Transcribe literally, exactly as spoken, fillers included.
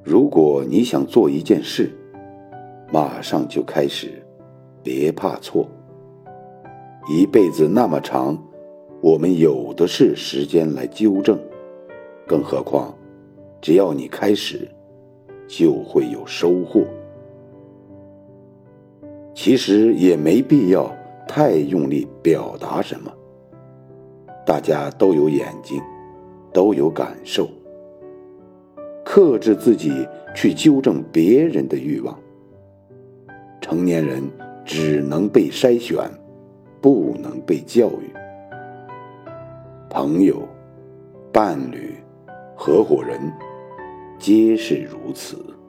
如果你想做一件事，马上就开始，别怕错。一辈子那么长，我们有的是时间来纠正，更何况，只要你开始，就会有收获。其实也没必要太用力表达什么，大家都有眼睛，都有感受。克制自己去纠正别人的欲望。成年人只能被筛选，不能被教育。朋友、伴侣、合伙人，皆是如此。